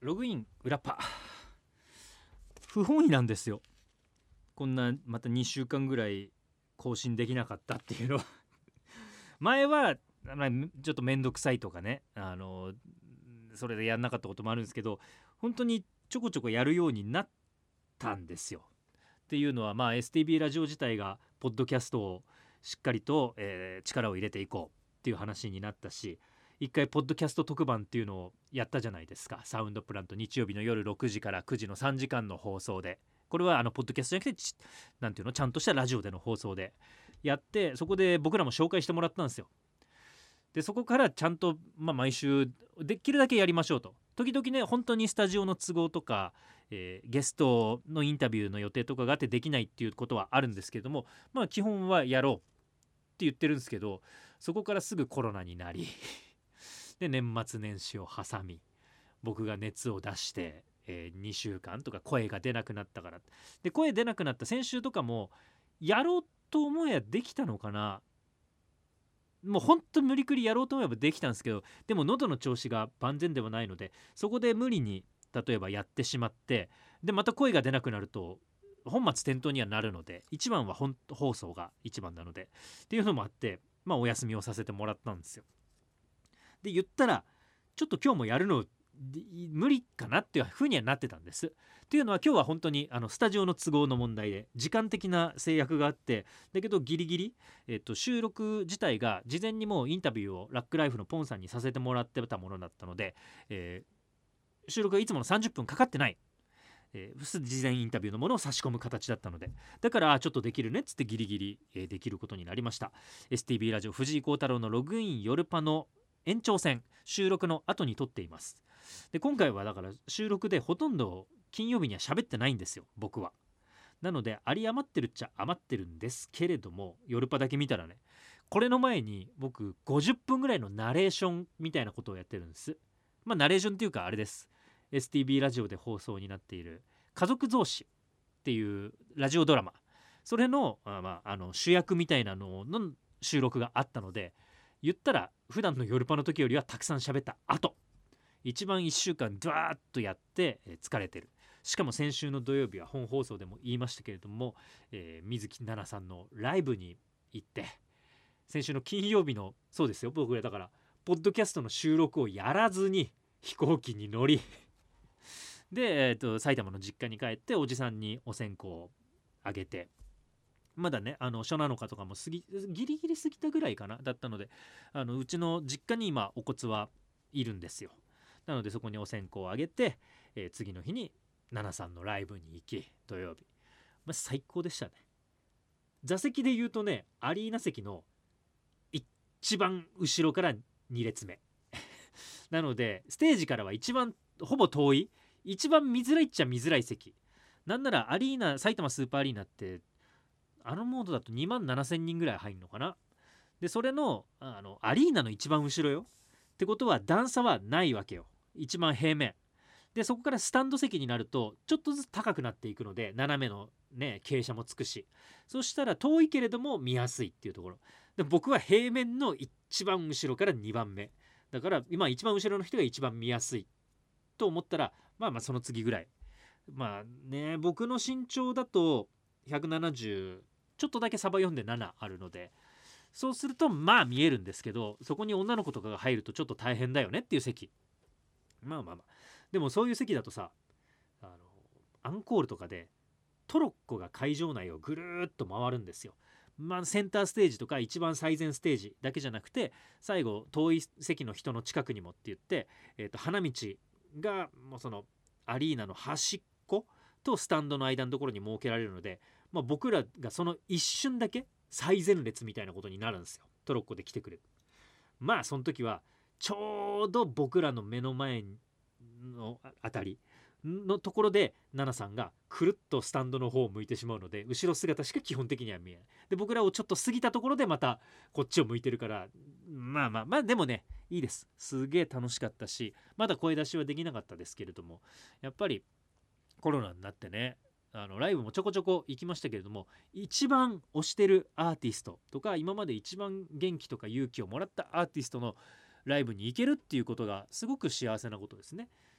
ログイン裏パ不本意なんですよ。こんなまた2週間ぐらい更新できなかったっていうのは前はちょっと面倒くさいとかね、それでやんなかったこともあるんですけど、本当にちょこちょこやるようになったんですよ。っていうのはSTB ラジオ自体がポッドキャストをしっかりと、力を入れていこうっていう話になったし、一回ポッドキャスト特番っていうのをやったじゃないですか。サウンドプラント日曜日の夜6時から9時の3時間の放送で、これはポッドキャストじゃなくてなんていうの、ちゃんとしたラジオでの放送でやって、そこで僕らも紹介してもらったんですよ。でそこからちゃんと、毎週できるだけやりましょうと。時々ね、本当にスタジオの都合とか、ゲストのインタビューの予定とかがあってできないっていうことはあるんですけれども、基本はやろうって言ってるんですけど、そこからすぐコロナになりで年末年始を挟み、僕が熱を出して、2週間とか声が出なくなったから。で声出なくなった先週とかもやろうと思えばできたのかな。もうほんと無理くりやろうと思えばできたんですけど、でも喉の調子が万全ではないので、そこで無理に例えばやってしまって、でまた声が出なくなると本末転倒にはなるので、一番は本放送が一番なのでっていうのもあって、お休みをさせてもらったんですよ。で言ったらちょっと今日もやるの無理かなっていうふうにはなってたんです。っていうのは今日は本当にスタジオの都合の問題で時間的な制約があって、だけどギリギリ、収録自体が事前にもうインタビューをラックライフのポンさんにさせてもらってたものだったので、収録がいつもの30分かかってない、事前インタビューのものを差し込む形だったので、だからちょっとできるねっつってギリギリ、できることになりました。 STB ラジオ藤井幸太郎のログイン夜パの延長戦、収録の後に撮っています。で今回はだから収録でほとんど金曜日には喋ってないんですよ、僕は。なので有り余ってるっちゃ余ってるんですけれども、夜パだけ見たらね、これの前に僕50分ぐらいのナレーションみたいなことをやってるんです。ナレーションっていうかあれです。 STB ラジオで放送になっている家族増資っていうラジオドラマ、それの主役みたいなのの収録があったので、言ったら普段の夜パの時よりはたくさん喋った後、一番1週間ドワーッとやって、疲れてる。しかも先週の土曜日は本放送でも言いましたけれども、水木奈々さんのライブに行って、先週の金曜日のそうですよ、僕らだからポッドキャストの収録をやらずに飛行機に乗りで、埼玉の実家に帰っておじさんにお線香をあげて、まだね初七日とかもギリギリ過ぎたぐらいかなだったので、うちの実家に今お骨はいるんですよ。なのでそこにお線香をあげて、次の日に奈々さんのライブに行き、土曜日、最高でしたね。座席で言うとね、アリーナ席の一番後ろから2列目なのでステージからは一番ほぼ遠い、一番見づらいっちゃ見づらい席。なんならアリーナ、埼玉スーパーアリーナってモードだと2万7,000人ぐらい入るのかな。でそれのアリーナの一番後ろよってことは段差はないわけよ。一番平面で、そこからスタンド席になるとちょっとずつ高くなっていくので、斜めのね傾斜もつくし、そしたら遠いけれども見やすいっていうところで、僕は平面の一番後ろから2番目だから、今一番後ろの人が一番見やすいと思ったら、その次ぐらい。僕の身長だと170ちょっとだけサバ読んで7あるので、そうすると見えるんですけど、そこに女の子とかが入るとちょっと大変だよねっていう席。でもそういう席だとさ、アンコールとかでトロッコが会場内をぐるーっと回るんですよ。センターステージとか一番最前ステージだけじゃなくて、最後遠い席の人の近くにもって言って、花道がもうそのアリーナの端っことスタンドの間のところに設けられるので、僕らがその一瞬だけ最前列みたいなことになるんですよ、トロッコで来てくれる。その時はちょうど僕らの目の前のあたりのところで奈々さんがくるっとスタンドの方を向いてしまうので、後ろ姿しか基本的には見えない。で僕らをちょっと過ぎたところでまたこっちを向いてるから、でもね、いいです。すげえ楽しかったし、まだ声出しはできなかったですけれども、やっぱりコロナになってね、ライブもちょこちょこ行きましたけれども、一番推してるアーティストとか、今まで一番元気とか勇気をもらったアーティストのライブに行けるっていうことがすごく幸せなことですね。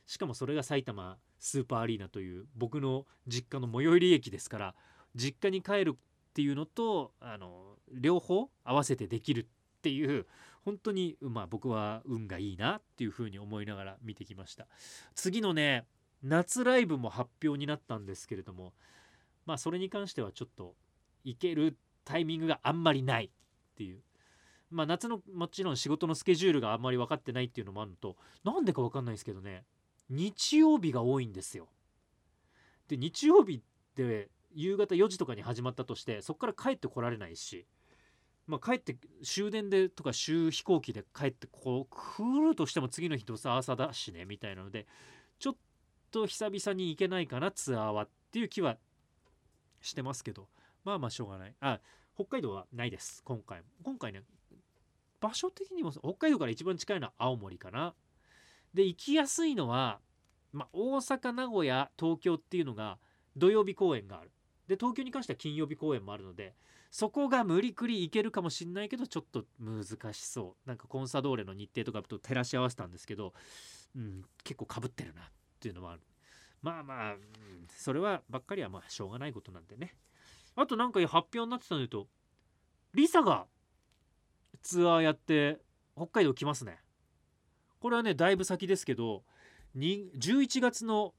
しかもそれが埼玉スーパーアリーナという僕の実家の最寄り駅ですから、実家に帰るっていうのと両方合わせてできるっていう、本当に僕は運がいいなっていうふうに思いながら見てきました。次のね夏ライブも発表になったんですけれども、それに関してはちょっと行けるタイミングがあんまりないっていう、夏のもちろん仕事のスケジュールがあんまり分かってないっていうのもあるのと、なんでか分かんないですけどね、日曜日が多いんですよ。で日曜日って夕方4時とかに始まったとして、そこから帰ってこられないし、帰って終電でとか飛行機で帰って来るとしても次の日どさ朝だしねみたいなので、ちょっと久々に行けないかなツアーはっていう気はしてますけど、しょうがない。北海道はないです。今回ね、場所的にも北海道から一番近いのは青森かな。で行きやすいのは、大阪名古屋東京っていうのが土曜日公演がある。で東京に関しては金曜日公演もあるので、そこが無理くり行けるかもしんないけどちょっと難しそう。なんかコンサドーレの日程とかと照らし合わせたんですけど、結構かぶってるなっていうのもある。それはばっかりはしょうがないことなんでね。あとなんか発表になってたので言うと、リサがツアーやって北海道来ますね。これはねだいぶ先ですけど、11月の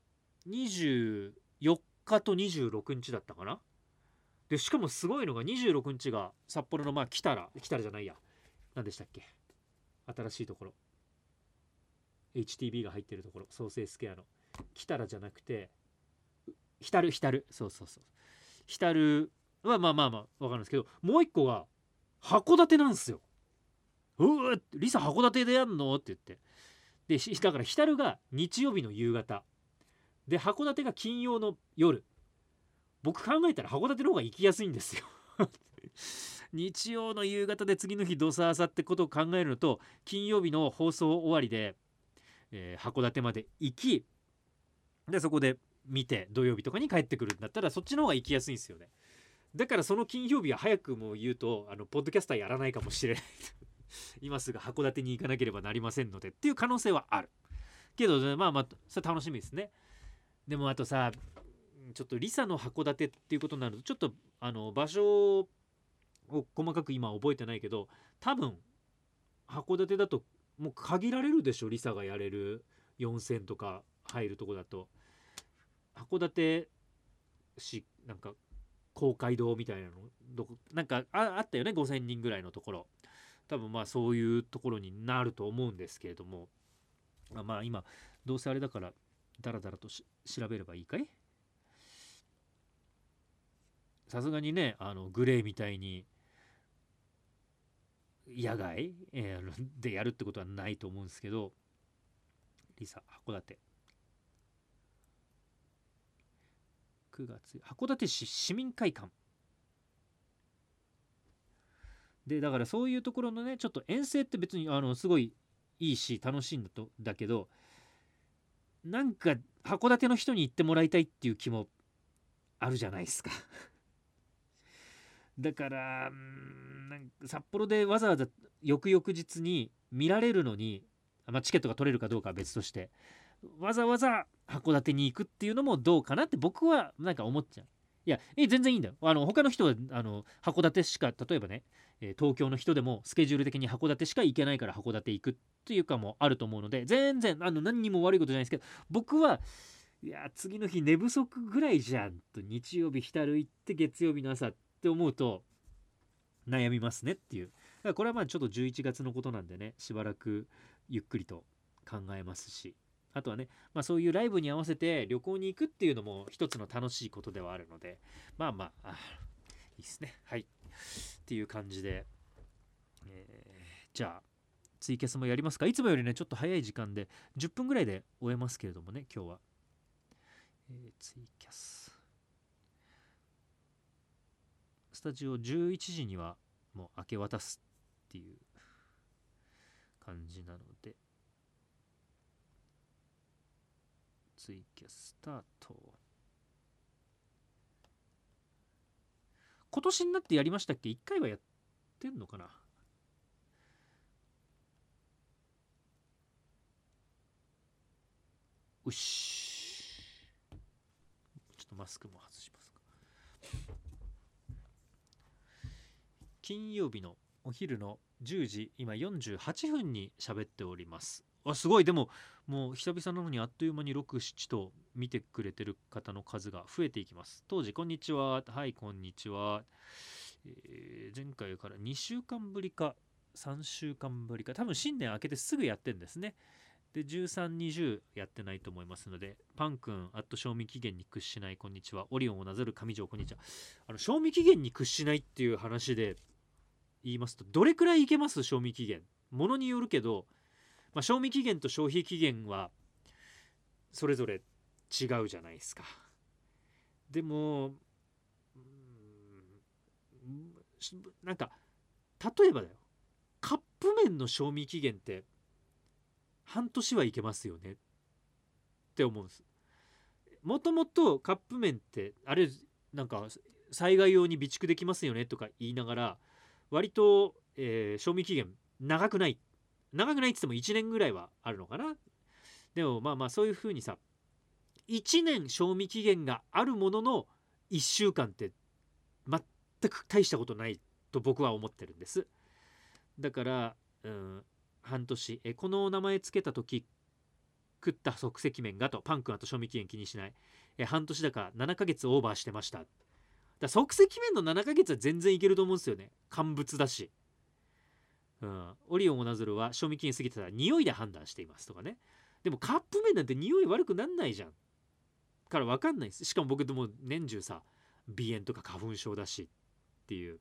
24日と26日だったかな。でしかもすごいのが26日が札幌のキタラじゃないや、何でしたっけ、新しいところ HTB が入ってるところ、創生スケアのキタラじゃなくてヒタル、そうヒタルは分かるんですけど、もう一個が函館なんですよ。リサ函館でやんのって言って、でだからヒタルが日曜日の夕方で函館が金曜の夜。僕考えたら函館の方が行きやすいんですよ日曜の夕方で次の日ドサーサってことを考えるのと、金曜日の放送終わりで、函館まで行きでそこで見て土曜日とかに帰ってくるんだったらそっちの方が行きやすいんですよね。だからその金曜日は早くも言うとポッドキャスターやらないかもしれない今すぐ函館に行かなければなりませんのでっていう可能性はあるけど、ね、それ楽しみですね。でもあとさ、ちょっとリサの函館っていうことになるとちょっと場所を細かく今覚えてないけど、多分函館だともう限られるでしょ、リサがやれる4000とか入るとこだと。函館市なんか公会堂みたいなのなんかあったよね、5000人ぐらいのところ。多分そういうところになると思うんですけれども、今どうせあれだからダラダラと調べればいいかい。さすがにねグレーみたいに野外、でやるってことはないと思うんですけど、リサ函館9月函館市市民会館で、だからそういうところのねちょっと遠征って別にすごいいいし楽しいんだけど、なんか函館の人に行ってもらいたいっていう気もあるじゃないですかだからなんか札幌でわざわざ翌々日に見られるのに、チケットが取れるかどうかは別として、わざわざ函館に行くっていうのもどうかなって僕はなんか思っちゃう。いや全然いいんだよ。他の人は函館しか、例えばね、東京の人でもスケジュール的に函館しか行けないから函館行くっていうかもあると思うので、全然何にも悪いことじゃないですけど、僕はいや次の日寝不足ぐらいじゃんと、日曜日浸る行って月曜日の朝って思うと悩みますねっていう。だからこれはちょっと11月のことなんでね、しばらくゆっくりと考えますし、あとはね、そういうライブに合わせて旅行に行くっていうのも一つの楽しいことではあるので、いいですね。はいっていう感じで、じゃあツイキャスもやりますか。いつもよりねちょっと早い時間で10分ぐらいで終えますけれどもね、今日は、ツイキャススタジオ11時にはもう明け渡すっていう感じなので、ツイキャススタート。今年になってやりましたっけ。1回はやってんのかな。 うし、ちょっとマスクも外しますか。金曜日のお昼の10時今48分に喋っております。すごい。でももう久々なのにあっという間に6、7と見てくれてる方の数が増えていきます。当時こんにちは。はい、こんにちは。前回から2週間ぶりか3週間ぶりか、多分新年明けてすぐやってんですね。で13、20やってないと思いますので、パン君賞味期限に屈しないこんにちは。オリオンをなぞる上条こんにちは。賞味期限に屈しないっていう話で言いますと、どれくらいいけます？賞味期限ものによるけど、賞味期限と消費期限はそれぞれ違うじゃないですか。でもなんか例えばだよ、カップ麺の賞味期限って半年はいけますよねって思うんです。もともとカップ麺ってあれなんか災害用に備蓄できますよねとか言いながら割と、賞味期限長くないって言っても1年ぐらいはあるのかな。でもまあそういう風にさ、1年賞味期限があるものの1週間って全く大したことないと僕は思ってるんです。だから、半年、この名前つけた時食った即席麺がと、パン君賞味期限気にしない、半年だから7ヶ月オーバーしてました。だ即席麺の7ヶ月は全然いけると思うんですよね。乾物だし、オリオンオナズルは賞味期限過ぎてたら匂いで判断していますとかね。でもカップ麺なんて匂い悪くなんないじゃんから分かんないです。しかも僕でも年中さ鼻炎とか花粉症だしっていう。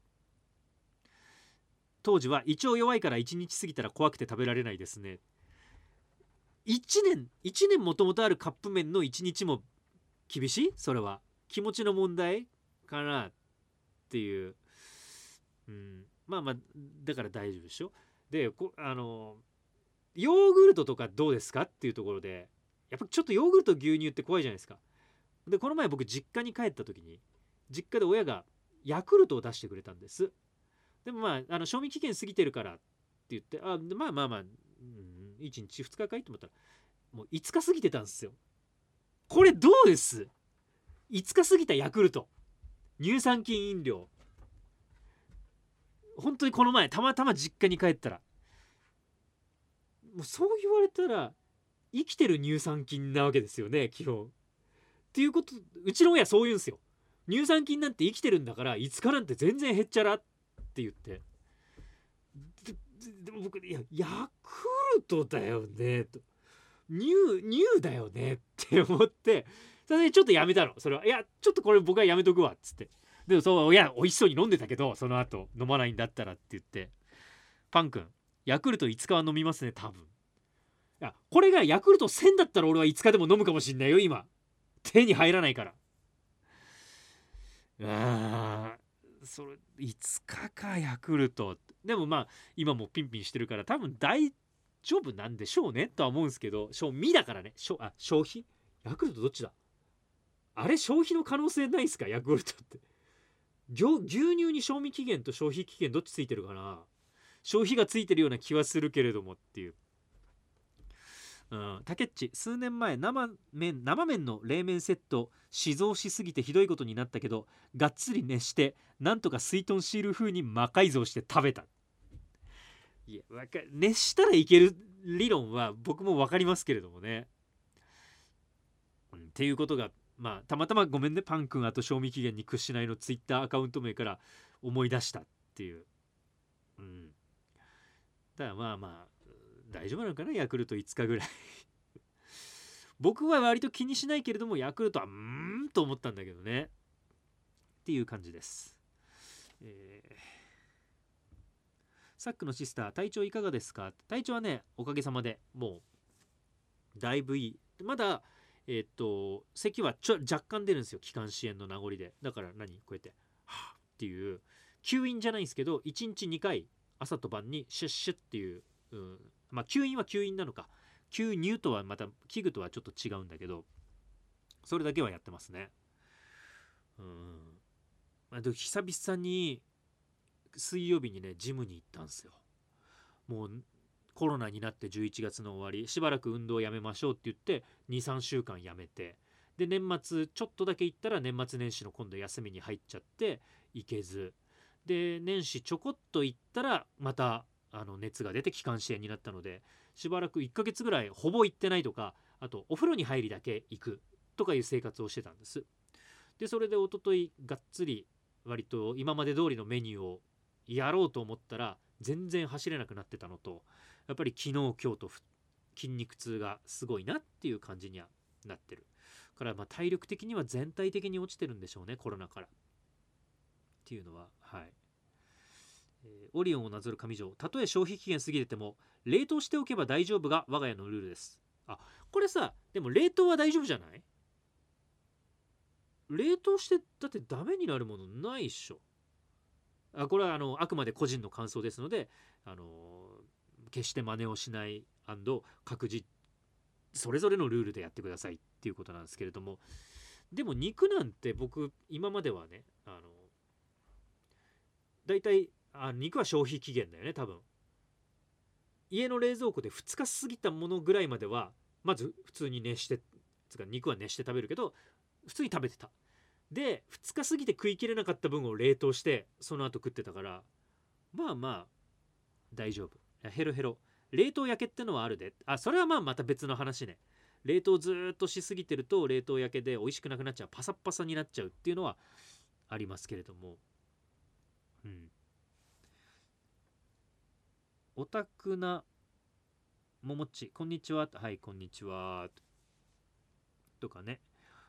当時は胃腸弱いから1日過ぎたら怖くて食べられないですね。1年もともとあるカップ麺の1日も厳しい？それは気持ちの問題かなっていう。まあだから大丈夫でしょ。でヨーグルトとかどうですかっていうところで、やっぱちょっとヨーグルト牛乳って怖いじゃないですか。でこの前僕実家に帰った時に実家で親がヤクルトを出してくれたんです。でも賞味期限過ぎてるからって言って、1日2日かいと思ったらもう5日過ぎてたんですよ。これどうです？ 5 日過ぎたヤクルト乳酸菌飲料、本当にこの前たまたま実家に帰ったら、もうそう言われたら生きてる乳酸菌なわけですよね基本。っていうこと、うちの親そう言うんですよ。乳酸菌なんて生きてるんだから5日なんて全然へっちゃらって言って。でも僕ヤクルトだよねと乳だよねって思って、それでちょっとやめたの。それはちょっとこれ僕はやめとくわっつって。でもそう美味しそうに飲んでたけど、その後飲まないんだったらって言って、パン君ヤクルト5日は飲みますね多分。これがヤクルト1000だったら俺は5日でも飲むかもしんないよ。今手に入らないから。それ5日かヤクルト。でも今もピンピンしてるから多分大丈夫なんでしょうねとは思うんですけど、賞味だからね。消費ヤクルトどっちだ、あれ消費の可能性ないですかヤクルトって。牛乳に賞味期限と消費期限どっちついてるかな。消費がついてるような気はするけれどもっていう。タケッチ数年前生麺の冷麺セット試造しすぎてひどいことになったけど、がっつり熱してなんとか水豚シール風に魔改造して食べた。いや熱したらいける理論は僕も分かりますけれどもね、っていうことがたまたまごめんねパン君賞味期限に屈しないのツイッターアカウント名から思い出したっていう。だから大丈夫なのかなヤクルト5日ぐらい僕は割と気にしないけれどもヤクルトはと思ったんだけどねっていう感じです。サックのシスター体調いかがですか。体調はねおかげさまでもうだいぶいい。まだ咳は若干出るんですよ、気管支炎の名残で。だからこうやってはぁっていう吸引じゃないんですけど1日2回朝と晩にシュッシュッっていう、吸引は吸引なのか吸入とはまた器具とはちょっと違うんだけど、それだけはやってますね。久々に水曜日にねジムに行ったんですよ。もうコロナになって11月の終わりしばらく運動をやめましょうって言って23週間やめて、で年末ちょっとだけ行ったら年末年始の今度休みに入っちゃって行けず、で年始ちょこっと行ったらまた熱が出て気管支炎になったので、しばらく1ヶ月ぐらいほぼ行ってないとか、あとお風呂に入りだけ行くとかいう生活をしてたんです。でそれで一昨日がっつり割と今まで通りのメニューをやろうと思ったら全然走れなくなってたのと、やっぱり昨日今日と筋肉痛がすごいなっていう感じにはなってるから、体力的には全体的に落ちてるんでしょうね、コロナからっていうのは。はい。オリオンをなぞる上条、たとえ消費期限過ぎてても冷凍しておけば大丈夫が我が家のルールです。あ、これさ、でも冷凍は大丈夫じゃない？冷凍してだってダメになるものないっしょ。これはあくまで個人の感想ですので、決して真似をしない各自それぞれのルールでやってくださいっていうことなんですけれども、でも肉なんて僕今まではね、だいたい肉は消費期限だよね多分。家の冷蔵庫で2日過ぎたものぐらいまではまず普通に熱してつか肉は熱して食べるけど普通に食べてた。で2日過ぎて食い切れなかった分を冷凍してその後食ってたから、まあ大丈夫。ヘロヘロ冷凍焼けってのはあるで。それはまた別の話ね。冷凍ずっとしすぎてると冷凍焼けで美味しくなくなっちゃう、パサッパサになっちゃうっていうのはありますけれども、オタクなももっちこんにちは、はいこんにちはとかね、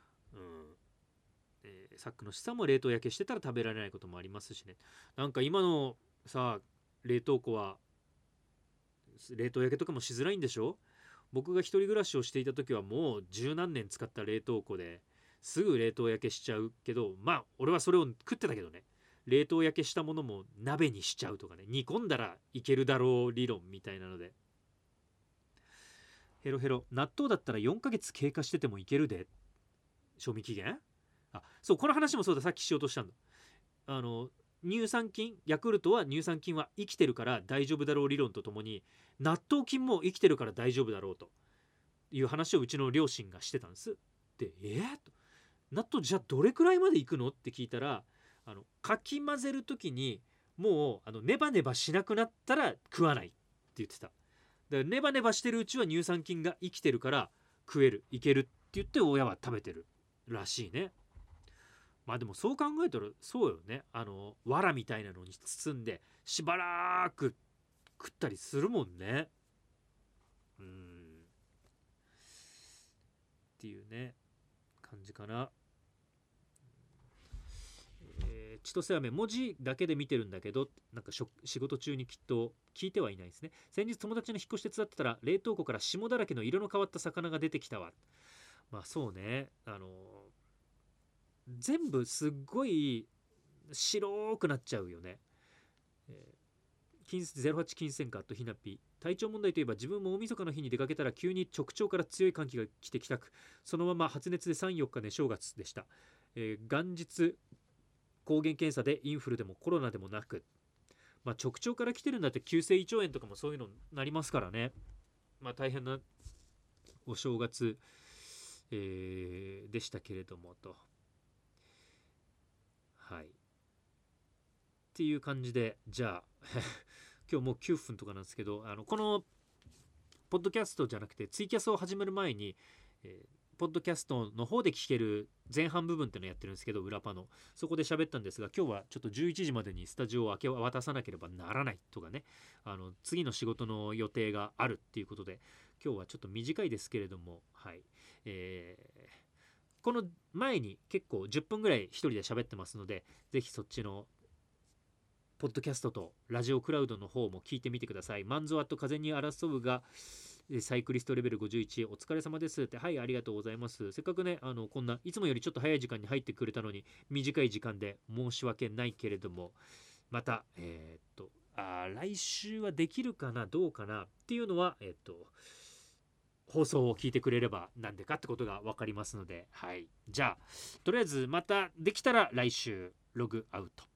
サックの下も冷凍焼けしてたら食べられないこともありますしね。なんか今のさ冷凍庫は冷凍焼けとかもしづらいんでしょ。僕が一人暮らしをしていた時はもう十何年使った冷凍庫ですぐ冷凍焼けしちゃうけど、俺はそれを食ってたけどね。冷凍焼けしたものも鍋にしちゃうとかね、煮込んだらいけるだろう理論みたいなので。ヘロヘロ納豆だったら4ヶ月経過しててもいけるで、賞味期限。そうこの話もそうだ、さっきしようとしたんだ。乳酸菌ヤクルトは乳酸菌は生きてるから大丈夫だろう理論とともに納豆菌も生きてるから大丈夫だろうという話をうちの両親がしてたんです。でと納豆じゃあどれくらいまでいくのって聞いたら、かき混ぜる時にもうネバネバしなくなったら食わないって言ってた。だからネバネバしてるうちは乳酸菌が生きてるから食えるいけるって言って親は食べてるらしいね。でもそう考えたらそうよね。藁みたいなのに包んでしばらく食ったりするもんね。っていうね感じかな。千歳飴文字だけで見てるんだけど、なんか仕事中にきっと聞いてはいないですね。先日友達の引っ越し手伝ってたら冷凍庫から霜だらけの色の変わった魚が出てきたわ。そうね、全部すっごい白くなっちゃうよね。08金銭カットひなぴ体調問題といえば自分も大晦日の日に出かけたら急に直腸から強い寒気が来て帰宅、そのまま発熱で3、4日で正月でした。元日抗原検査でインフルでもコロナでもなく、直腸から来てるんだって急性胃腸炎とかもそういうのになりますからね。大変なお正月、でしたけれどもと。はいっていう感じで、じゃあ今日もう9分とかなんですけど、このポッドキャストじゃなくてツイキャスを始める前に、ポッドキャストの方で聞ける前半部分っていうのをやってるんですけど、裏パのそこで喋ったんですが、今日はちょっと11時までにスタジオを明け渡さなければならないとかね、次の仕事の予定があるっていうことで今日はちょっと短いですけれども、はい、この前に結構10分ぐらい一人で喋ってますので、ぜひそっちのポッドキャストとラジオクラウドの方も聞いてみてください。マンゾアと風に争うがサイクリストレベル51、お疲れ様ですって。はい、ありがとうございます。せっかくね、こんないつもよりちょっと早い時間に入ってくれたのに短い時間で申し訳ないけれども、また来週はできるかなどうかなっていうのは放送を聞いてくれればなんでかってことが分かりますので、はい、じゃあとりあえずまたできたら来週ログアウト。